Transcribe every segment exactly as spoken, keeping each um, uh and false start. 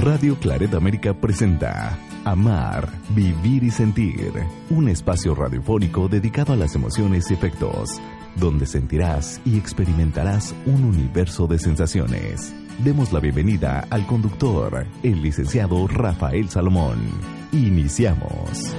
Radio Claret América presenta Amar, Vivir y Sentir, un espacio radiofónico dedicado a las emociones y efectos, donde sentirás y experimentarás un universo de sensaciones. Demos la bienvenida al conductor, el licenciado Rafael Salomón. Iniciamos.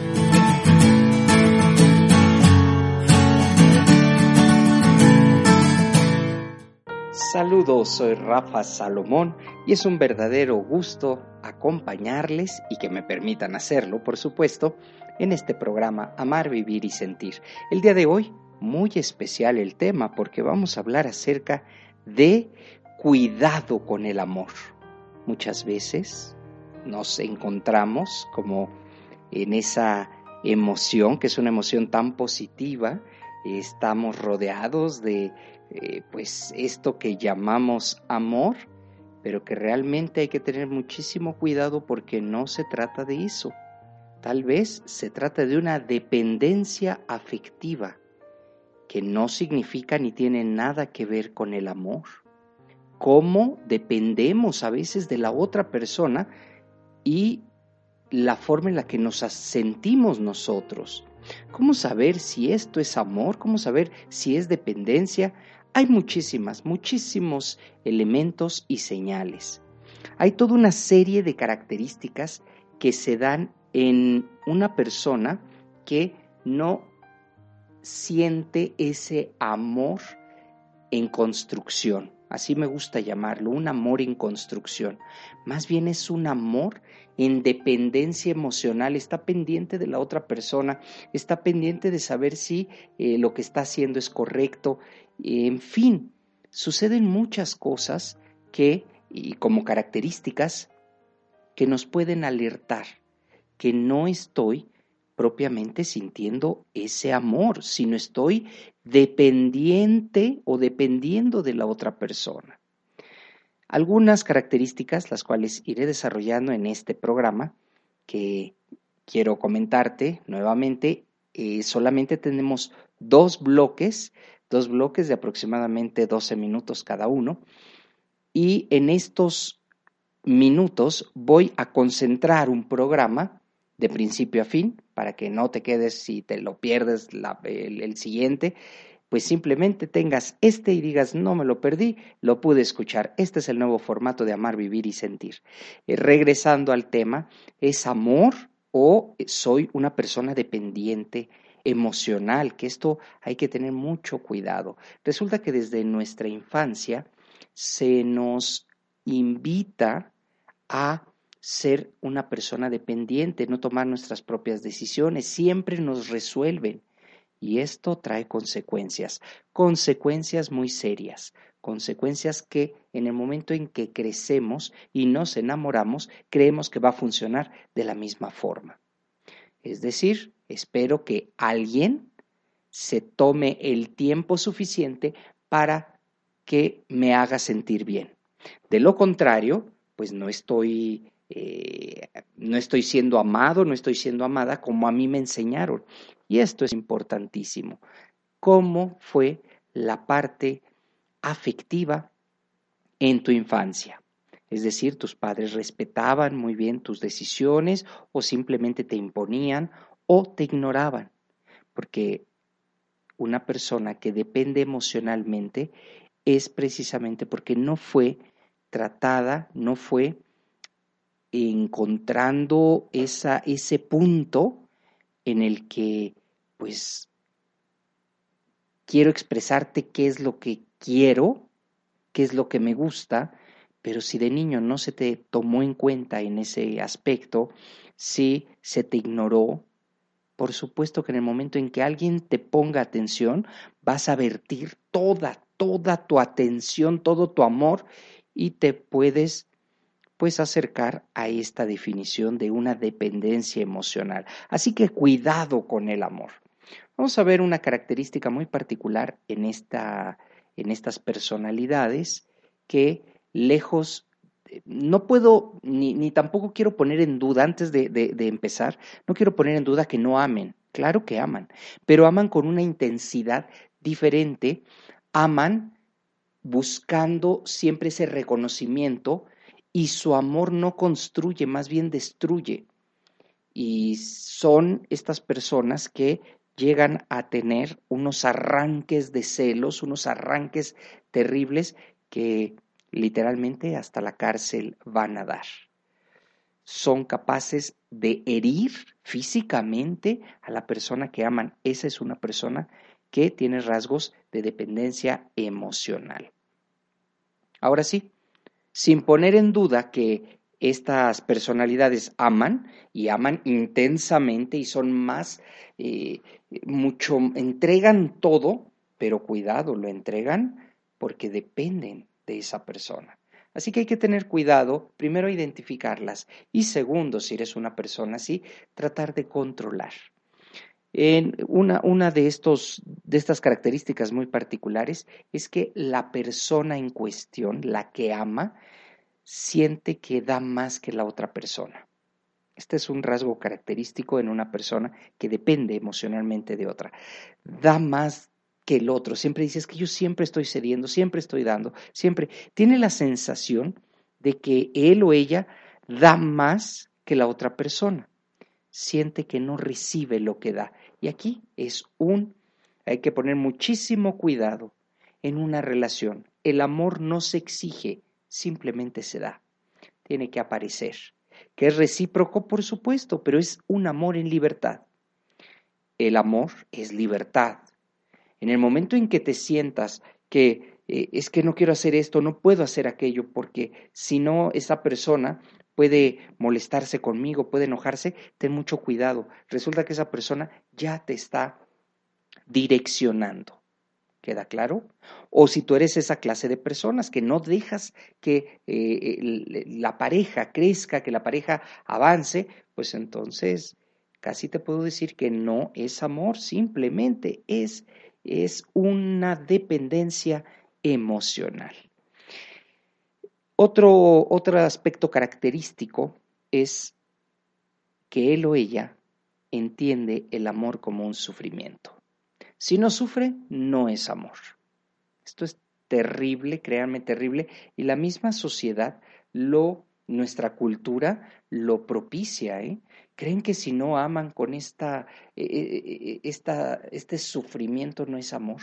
Saludos, soy Rafa Salomón y es un verdadero gusto acompañarles y que me permitan hacerlo, por supuesto, en este programa Amar, Vivir y Sentir. El día de hoy, muy especial el tema porque vamos a hablar acerca de cuidado con el amor. Muchas veces nos encontramos como en esa emoción, que es una emoción tan positiva, estamos rodeados de Eh, pues esto que llamamos amor, pero que realmente hay que tener muchísimo cuidado porque no se trata de eso. Tal vez se trata de una dependencia afectiva que no significa ni tiene nada que ver con el amor. Cómo dependemos a veces de la otra persona y la forma en la que nos sentimos nosotros. ¿Cómo saber si esto es amor? ¿Cómo saber si es dependencia? Hay muchísimas, muchísimos elementos y señales. Hay toda una serie de características que se dan en una persona que no siente ese amor en construcción. Así me gusta llamarlo, un amor en construcción. Más bien es un amor en dependencia emocional, está pendiente de la otra persona, está pendiente de saber si eh, lo que está haciendo es correcto. En fin, suceden muchas cosas que, y como características, que nos pueden alertar que no estoy propiamente sintiendo ese amor, sino estoy dependiente o dependiendo de la otra persona. Algunas características, las cuales iré desarrollando en este programa, que quiero comentarte nuevamente, eh, solamente tenemos dos bloques, dos bloques de aproximadamente doce minutos cada uno, y en estos minutos voy a concentrar un programa de principio a fin, para que no te quedes, si te lo pierdes la, el, el siguiente, pues simplemente tengas este y digas, no me lo perdí, lo pude escuchar. Este es el nuevo formato de Amar, Vivir y Sentir. Eh, regresando al tema, ¿es amor o soy una persona dependiente emocional? Que esto hay que tener mucho cuidado. Resulta que desde nuestra infancia se nos invita a ser una persona dependiente, no tomar nuestras propias decisiones, siempre nos resuelven. Y esto trae consecuencias, consecuencias muy serias, consecuencias que en el momento en que crecemos y nos enamoramos, creemos que va a funcionar de la misma forma. Es decir, espero que alguien se tome el tiempo suficiente para que me haga sentir bien. De lo contrario, pues no estoy, eh, no estoy siendo amado, no estoy siendo amada como a mí me enseñaron. Y esto es importantísimo. ¿Cómo fue la parte afectiva en tu infancia? Es decir, tus padres respetaban muy bien tus decisiones o simplemente te imponían o te ignoraban. Porque una persona que depende emocionalmente es precisamente porque no fue tratada, no fue encontrando esa, ese punto en el que, pues, quiero expresarte qué es lo que quiero, qué es lo que me gusta, pero si de niño no se te tomó en cuenta en ese aspecto, si se te ignoró, por supuesto que en el momento en que alguien te ponga atención, vas a vertir toda, toda tu atención, todo tu amor y te puedes pues acercar a esta definición de una dependencia emocional. Así que cuidado con el amor. Vamos a ver una característica muy particular en, esta, en estas personalidades que lejos, no puedo ni, ni tampoco quiero poner en duda, antes de, de, de empezar, no quiero poner en duda que no amen. Claro que aman, pero aman con una intensidad diferente, aman buscando siempre ese reconocimiento y su amor no construye, más bien destruye. Y son estas personas que llegan a tener unos arranques de celos, unos arranques terribles que literalmente hasta la cárcel van a dar. Son capaces de herir físicamente a la persona que aman. Esa es una persona que tiene rasgos de dependencia emocional. Ahora sí, sin poner en duda que estas personalidades aman y aman intensamente y son más, eh, mucho, entregan todo, pero cuidado, lo entregan porque dependen de esa persona. Así que hay que tener cuidado, primero identificarlas y segundo, si eres una persona así, tratar de controlar. En una, una de, estos, de estas características muy particulares es que la persona en cuestión, la que ama, siente que da más que la otra persona. Este es un rasgo característico en una persona que depende emocionalmente de otra. Da más que el otro. Siempre dice, es que yo siempre estoy cediendo, siempre estoy dando, siempre. Tiene la sensación de que él o ella da más que la otra persona. Siente que no recibe lo que da. Y aquí es un, hay que poner muchísimo cuidado en una relación. El amor no se exige, simplemente se da. Tiene que aparecer. Que es recíproco, por supuesto, pero es un amor en libertad. El amor es libertad. En el momento en que te sientas que eh, es que no quiero hacer esto, no puedo hacer aquello, porque si no, esa persona puede molestarse conmigo, puede enojarse, ten mucho cuidado. Resulta que esa persona ya te está direccionando. ¿Queda claro? O si tú eres esa clase de personas que no dejas que eh, la pareja crezca, que la pareja avance, pues entonces casi te puedo decir que no es amor, simplemente es, es una dependencia emocional. Otro, otro aspecto característico es que él o ella entiende el amor como un sufrimiento. Si no sufre, no es amor. Esto es terrible, créanme, terrible, y la misma sociedad, lo, nuestra cultura lo propicia, ¿eh? Creen que si no aman con esta, eh, esta, este sufrimiento no es amor.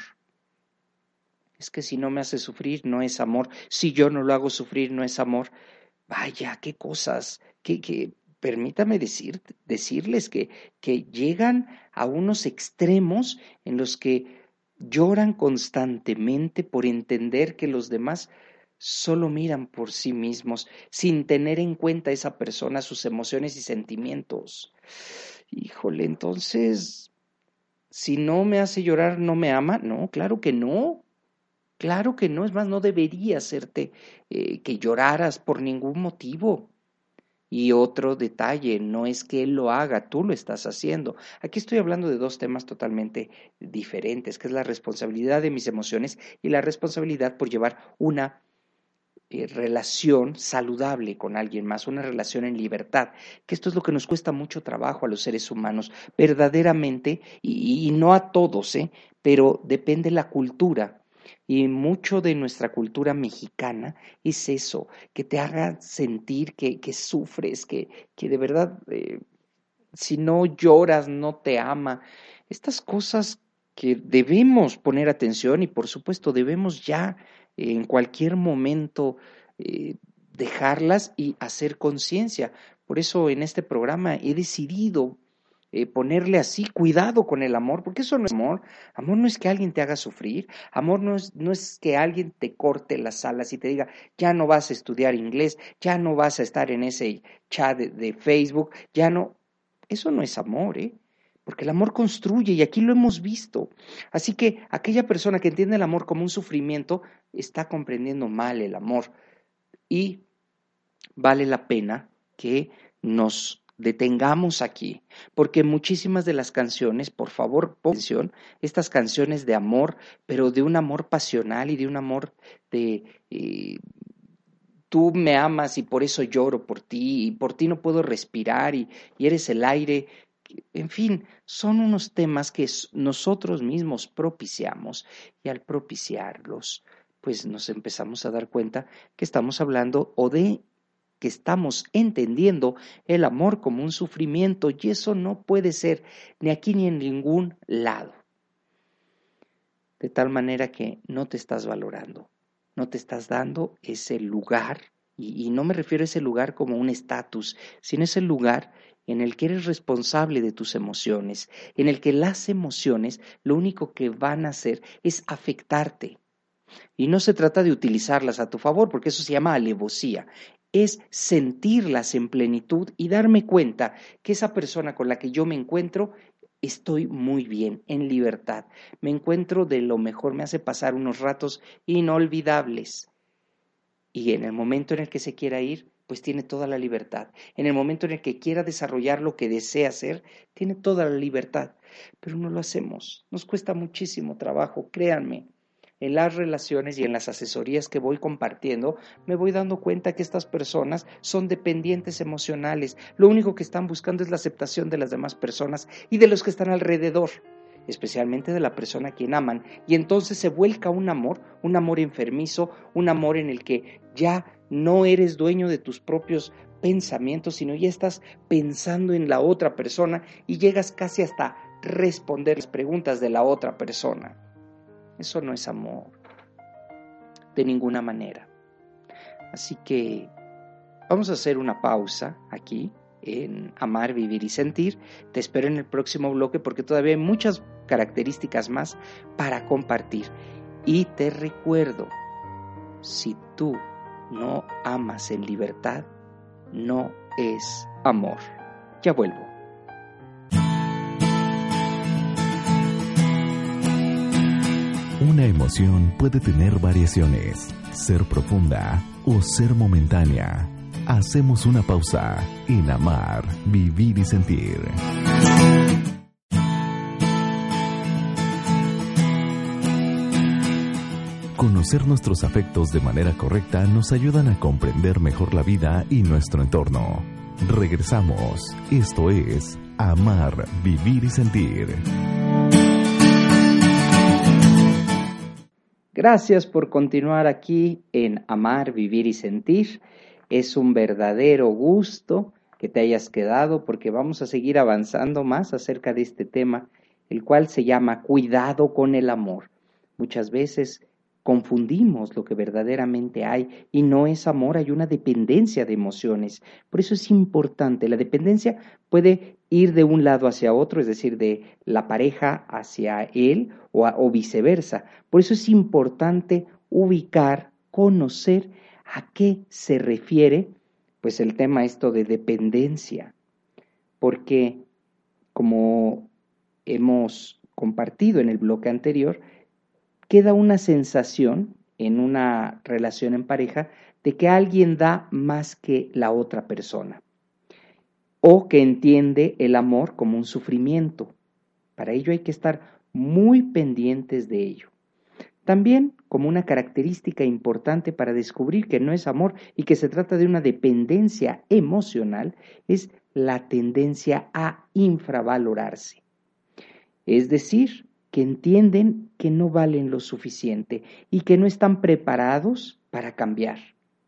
Es que si no me hace sufrir no es amor, si yo no lo hago sufrir no es amor. Vaya, qué cosas, que, que permítame decir, decirles que, que llegan a unos extremos en los que lloran constantemente por entender que los demás solo miran por sí mismos, sin tener en cuenta a esa persona, sus emociones y sentimientos. Híjole, entonces, si no me hace llorar, ¿no me ama? No, claro que no. Claro que no, es más, no debería hacerte eh, que lloraras por ningún motivo. Y otro detalle, no es que él lo haga, tú lo estás haciendo. Aquí estoy hablando de dos temas totalmente diferentes, que es la responsabilidad de mis emociones y la responsabilidad por llevar una eh, relación saludable con alguien más, una relación en libertad, que esto es lo que nos cuesta mucho trabajo a los seres humanos, verdaderamente, y, y no a todos, ¿eh? Pero depende la cultura. Y mucho de nuestra cultura mexicana es eso, que te haga sentir que, que sufres, que, que de verdad, eh, si no lloras, no te ama. Estas cosas que debemos poner atención y por supuesto debemos ya eh, en cualquier momento eh, dejarlas y hacer conciencia. Por eso en este programa he decidido Eh, ponerle así, cuidado con el amor, porque eso no es amor. Amor no es que alguien te haga sufrir, amor no es, no es que alguien te corte las alas y te diga, ya no vas a estudiar inglés, ya no vas a estar en ese chat de, de Facebook, ya no, eso no es amor, ¿eh? Porque el amor construye y aquí lo hemos visto. Así que aquella persona que entiende el amor como un sufrimiento está comprendiendo mal el amor y vale la pena que nos detengamos aquí, porque muchísimas de las canciones, por favor, pon atención, estas canciones de amor, pero de un amor pasional y de un amor de eh, tú me amas y por eso lloro por ti, y por ti no puedo respirar y, y eres el aire. En fin, son unos temas que nosotros mismos propiciamos y al propiciarlos, pues nos empezamos a dar cuenta que estamos hablando o de que estamos entendiendo el amor como un sufrimiento y eso no puede ser ni aquí ni en ningún lado. De tal manera que no te estás valorando, no te estás dando ese lugar, y, y no me refiero a ese lugar como un estatus, sino ese lugar en el que eres responsable de tus emociones, en el que las emociones lo único que van a hacer es afectarte. Y no se trata de utilizarlas a tu favor, porque eso se llama alevosía. Es sentirlas en plenitud y darme cuenta que esa persona con la que yo me encuentro, estoy muy bien, en libertad. Me encuentro de lo mejor, me hace pasar unos ratos inolvidables. Y en el momento en el que se quiera ir, pues tiene toda la libertad. En el momento en el que quiera desarrollar lo que desea hacer, tiene toda la libertad. Pero no lo hacemos, nos cuesta muchísimo trabajo, créanme. En las relaciones y en las asesorías que voy compartiendo, me voy dando cuenta que estas personas son dependientes emocionales. Lo único que están buscando es la aceptación de las demás personas y de los que están alrededor, especialmente de la persona a quien aman. Y entonces se vuelca un amor, un amor enfermizo, un amor en el que ya no eres dueño de tus propios pensamientos, sino ya estás pensando en la otra persona y llegas casi hasta responder las preguntas de la otra persona. Eso no es amor, de ninguna manera. Así que vamos a hacer una pausa aquí en Amar, Vivir y Sentir. Te espero en el próximo bloque porque todavía hay muchas características más para compartir. Y te recuerdo, si tú no amas en libertad, no es amor. Ya vuelvo. Una emoción puede tener variaciones, ser profunda o ser momentánea. Hacemos una pausa en Amar, Vivir y Sentir. Conocer nuestros afectos de manera correcta nos ayudan a comprender mejor la vida y nuestro entorno. Regresamos. Esto es Amar, Vivir y Sentir. Gracias por continuar aquí en Amar, Vivir y Sentir. Es un verdadero gusto que te hayas quedado porque vamos a seguir avanzando más acerca de este tema, el cual se llama cuidado con el amor. Muchas veces confundimos lo que verdaderamente hay y no es amor, hay una dependencia de emociones. Por eso es importante, la dependencia puede ir de un lado hacia otro, es decir, de la pareja hacia él o, a, o viceversa. Por eso es importante ubicar, conocer a qué se refiere pues el tema esto de dependencia, porque como hemos compartido en el bloque anterior, queda una sensación en una relación en pareja de que alguien da más que la otra persona o que entiende el amor como un sufrimiento. Para ello hay que estar muy pendientes de ello. También como una característica importante para descubrir que no es amor y que se trata de una dependencia emocional es la tendencia a infravalorarse. Es decir, que entienden que no valen lo suficiente y que no están preparados para cambiar.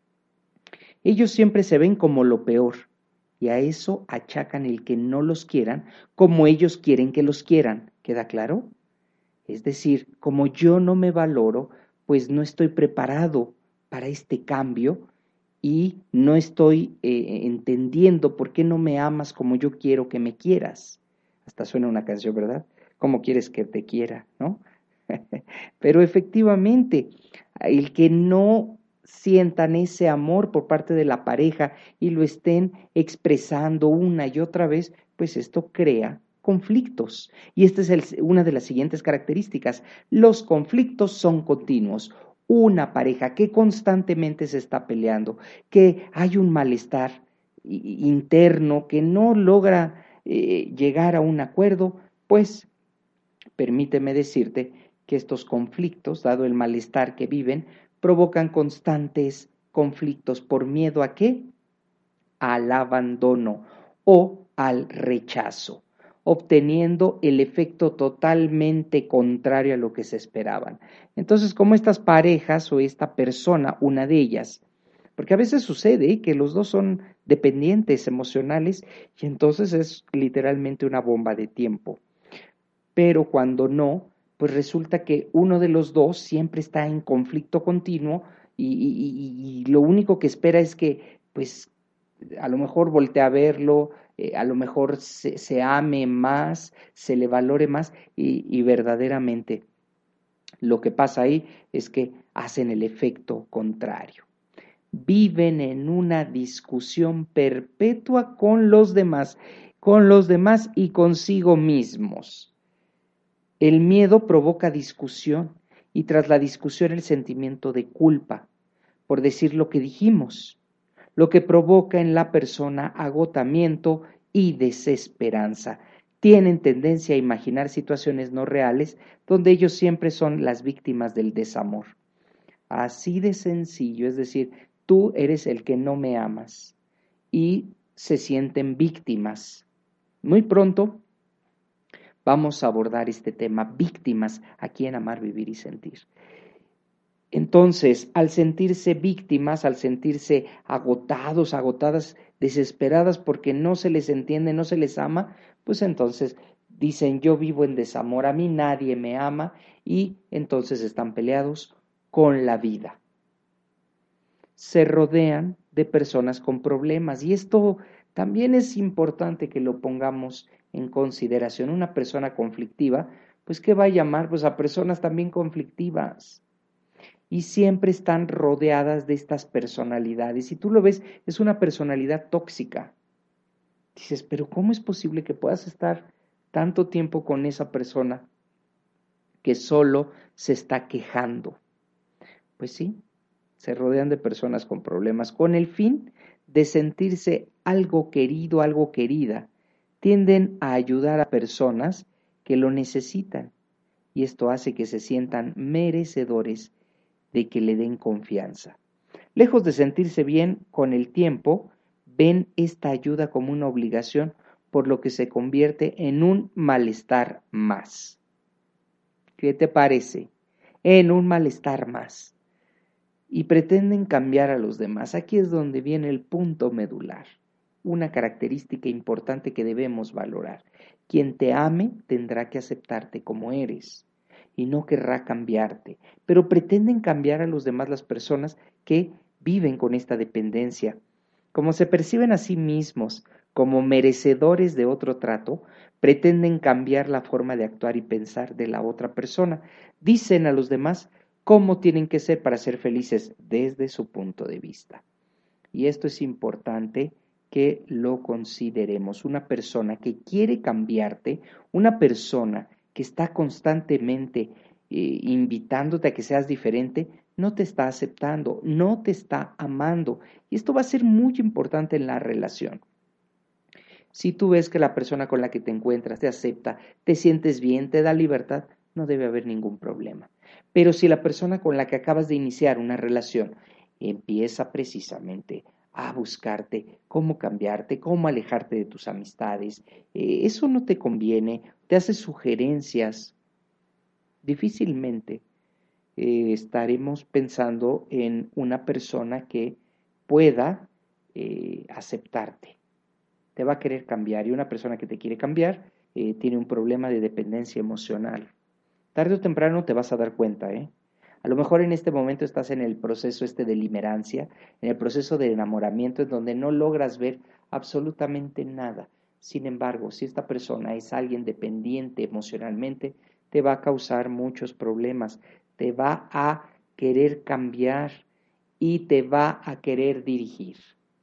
Ellos siempre se ven como lo peor y a eso achacan el que no los quieran como ellos quieren que los quieran. ¿Queda claro? Es decir, como yo no me valoro, pues no estoy preparado para este cambio y no estoy eh, entendiendo por qué no me amas como yo quiero que me quieras. Hasta suena una canción, ¿verdad? ¿Cómo quieres que te quiera, no? Pero efectivamente, el que no sientan ese amor por parte de la pareja y lo estén expresando una y otra vez, pues esto crea conflictos. Y esta es el, una de las siguientes características. Los conflictos son continuos. Una pareja que constantemente se está peleando, que hay un malestar interno, que no logra eh, llegar a un acuerdo, pues permíteme decirte que estos conflictos, dado el malestar que viven, provocan constantes conflictos por miedo ¿a qué? Al abandono o al rechazo, obteniendo el efecto totalmente contrario a lo que se esperaban. Entonces, como estas parejas o esta persona, una de ellas, Porque a veces sucede que los dos son dependientes emocionales y entonces es literalmente una bomba de tiempo. Pero cuando no, pues resulta que uno de los dos siempre está en conflicto continuo y, y, y lo único que espera es que, pues, a lo mejor voltee a verlo, eh, a lo mejor se, se ame más, se le valore más y, y verdaderamente lo que pasa ahí es que hacen el efecto contrario. Viven en una discusión perpetua con los demás, con los demás y consigo mismos. El miedo provoca discusión y tras la discusión el sentimiento de culpa por decir lo que dijimos, lo que provoca en la persona agotamiento y desesperanza. Tienen tendencia a imaginar situaciones no reales donde ellos siempre son las víctimas del desamor. Así de sencillo, es decir, tú eres el que no me amas y se sienten víctimas. Muy pronto vamos a abordar este tema, víctimas, aquí en Amar, Vivir y Sentir. Entonces, al sentirse víctimas, al sentirse agotados, agotadas, desesperadas porque no se les entiende, no se les ama, pues entonces dicen yo vivo en desamor, a mí nadie me ama y entonces están peleados con la vida. Se rodean de personas con problemas y esto también es importante que lo pongamos en consideración. Una persona conflictiva, pues ¿qué va a llamar? Pues a personas también conflictivas. Y siempre están rodeadas de estas personalidades. Y tú lo ves, es una personalidad tóxica. Dices, pero ¿cómo es posible que puedas estar tanto tiempo con esa persona que solo se está quejando? Pues sí, se rodean de personas con problemas con el fin de sentirse algo querido, algo querida. Tienden a ayudar a personas que lo necesitan y esto hace que se sientan merecedores de que le den confianza. Lejos de sentirse bien con el tiempo, ven esta ayuda como una obligación, por lo que se convierte en un malestar más. ¿Qué te parece? En un malestar más. Y pretenden cambiar a los demás. Aquí es donde viene el punto medular, una característica importante que debemos valorar. Quien te ame tendrá que aceptarte como eres y no querrá cambiarte, pero pretenden cambiar a los demás las personas que viven con esta dependencia. Como se perciben a sí mismos como merecedores de otro trato, pretenden cambiar la forma de actuar y pensar de la otra persona. Dicen a los demás cómo tienen que ser para ser felices desde su punto de vista. Y esto es importante que lo consideremos. Una persona que quiere cambiarte, una persona que está constantemente eh, invitándote a que seas diferente, no te está aceptando, no te está amando. Y esto va a ser muy importante en la relación. Si tú ves que la persona con la que te encuentras te acepta, te sientes bien, te da libertad, no debe haber ningún problema. Pero si la persona con la que acabas de iniciar una relación empieza precisamente a buscarte cómo cambiarte, cómo alejarte de tus amistades, eh, eso no te conviene, te hace sugerencias, difícilmente eh, estaremos pensando en una persona que pueda eh, aceptarte. Te va a querer cambiar y una persona que te quiere cambiar eh, tiene un problema de dependencia emocional. Tarde o temprano te vas a dar cuenta, ¿eh? A lo mejor en este momento estás en el proceso este de limerancia, en el proceso de enamoramiento, en donde no logras ver absolutamente nada. Sin embargo, si esta persona es alguien dependiente emocionalmente, te va a causar muchos problemas, te va a querer cambiar y te va a querer dirigir.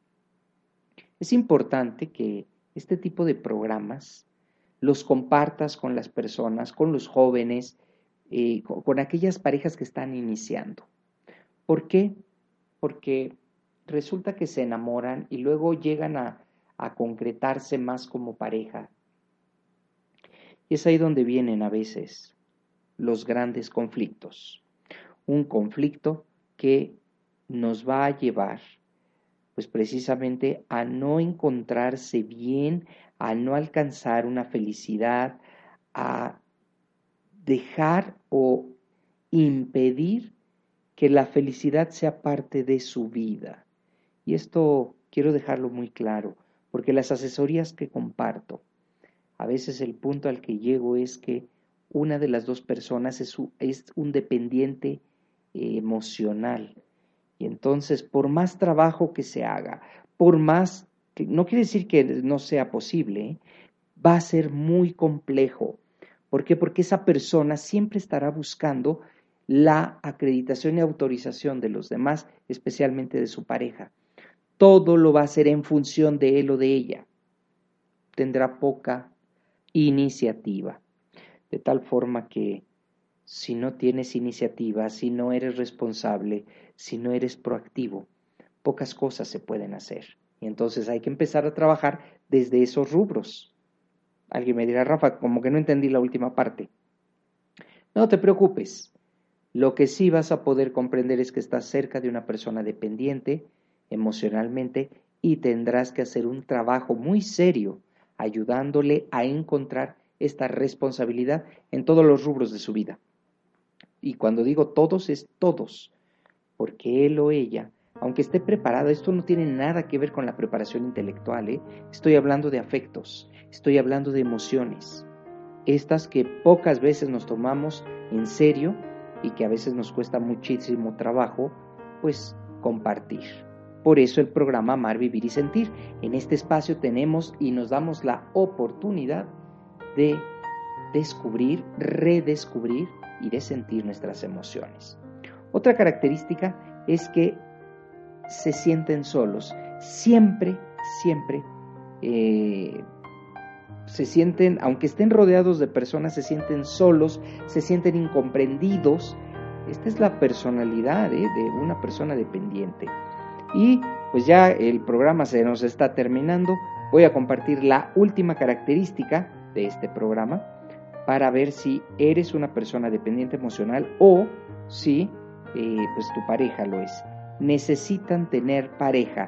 Es importante que este tipo de programas los compartas con las personas, con los jóvenes, eh, con, con aquellas parejas que están iniciando. ¿Por qué? Porque resulta que se enamoran y luego llegan a, a concretarse más como pareja. Y es ahí donde vienen a veces los grandes conflictos. Un conflicto que nos va a llevar pues precisamente a no encontrarse bien, a no alcanzar una felicidad, a dejar o impedir que la felicidad sea parte de su vida. Y esto quiero dejarlo muy claro, porque las asesorías que comparto, a veces el punto al que llego es que una de las dos personas es un, es un dependiente eh, emocional. Y entonces, por más trabajo que se haga, por más, que, no quiere decir que no sea posible, ¿eh? Va a ser muy complejo. ¿Por qué? Porque esa persona siempre estará buscando la acreditación y autorización de los demás, especialmente de su pareja. Todo lo va a hacer en función de él o de ella. Tendrá poca iniciativa. De tal forma que si no tienes iniciativa, si no eres responsable, si no eres proactivo, pocas cosas se pueden hacer. Y entonces hay que empezar a trabajar desde esos rubros. Alguien me dirá, Rafa, como que no entendí la última parte. No te preocupes. Lo que sí vas a poder comprender es que estás cerca de una persona dependiente emocionalmente y tendrás que hacer un trabajo muy serio ayudándole a encontrar esta responsabilidad en todos los rubros de su vida. Y cuando digo todos, es todos, porque él o ella, aunque esté preparado, esto no tiene nada que ver con la preparación intelectual, ¿eh? Estoy hablando de afectos, estoy hablando de emociones, estas que pocas veces nos tomamos en serio y que a veces nos cuesta muchísimo trabajo, pues, compartir. Por eso el programa Amar, Vivir y Sentir. En este espacio tenemos y nos damos la oportunidad de descubrir, redescubrir y de sentir nuestras emociones. Otra característica es que se sienten solos. Siempre, siempre eh, se sienten, aunque estén rodeados de personas, se sienten solos, se sienten incomprendidos. Esta es la personalidad ¿eh? de una persona dependiente. Y pues ya el programa se nos está terminando. Voy a compartir la última característica de este programa para ver si eres una persona dependiente emocional o si eh, pues tu pareja lo es. Necesitan tener pareja.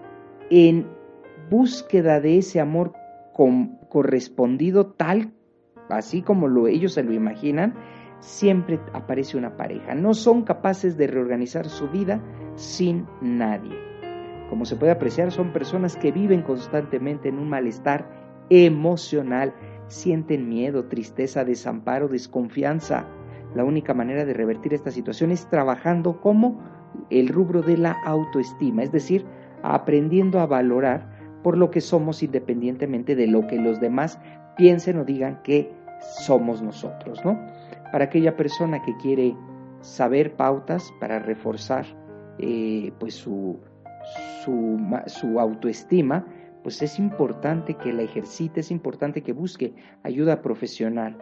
En búsqueda de ese amor con, correspondido tal, así como lo, ellos se lo imaginan, siempre aparece una pareja. No son capaces de reorganizar su vida sin nadie. Como se puede apreciar, son personas que viven constantemente en un malestar emocional, sienten miedo, tristeza, desamparo, desconfianza. La única manera de revertir esta situación es trabajando como el rubro de la autoestima, es decir, aprendiendo a valorar por lo que somos independientemente de lo que los demás piensen o digan que somos nosotros, ¿no? Para aquella persona que quiere saber pautas para reforzar eh, pues su, su, su autoestima, pues es importante que la ejercite, es importante que busque ayuda profesional.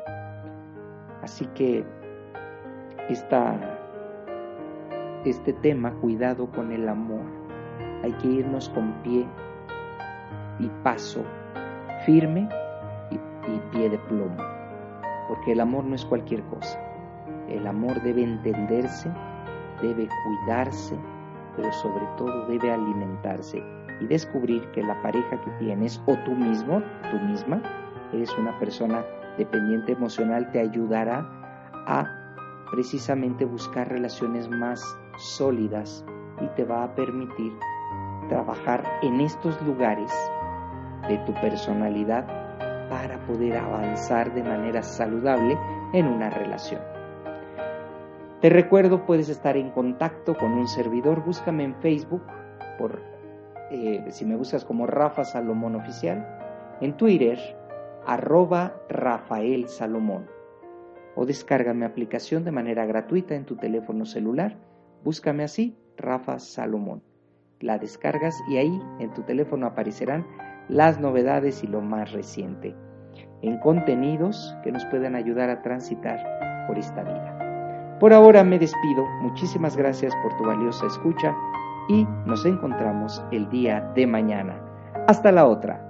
Así que esta, este tema, cuidado con el amor, hay que irnos con pie y paso firme y, y pie de plomo, porque el amor no es cualquier cosa. El amor debe entenderse, debe cuidarse, pero sobre todo debe alimentarse y descubrir que la pareja que tienes o tú mismo, tú misma, eres una persona dependiente emocional, te ayudará a precisamente buscar relaciones más sólidas y te va a permitir trabajar en estos lugares de tu personalidad para poder avanzar de manera saludable en una relación. Te recuerdo, puedes estar en contacto con un servidor, búscame en Facebook, por, eh, si me buscas como Rafa Salomón Oficial, en Twitter, arroba Rafael Salomón, o descarga mi aplicación de manera gratuita en tu teléfono celular, búscame así, Rafa Salomón. La descargas y ahí en tu teléfono aparecerán las novedades y lo más reciente, en contenidos que nos puedan ayudar a transitar por esta vida. Por ahora me despido, muchísimas gracias por tu valiosa escucha y nos encontramos el día de mañana. Hasta la otra.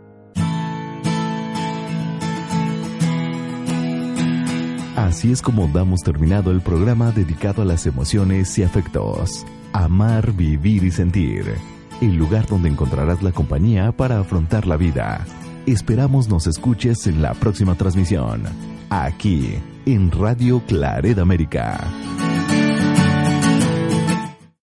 Así es como damos terminado el programa dedicado a las emociones y afectos. Amar, vivir y sentir. El lugar donde encontrarás la compañía para afrontar la vida. Esperamos nos escuches en la próxima transmisión. Aquí, en Radio Claret América.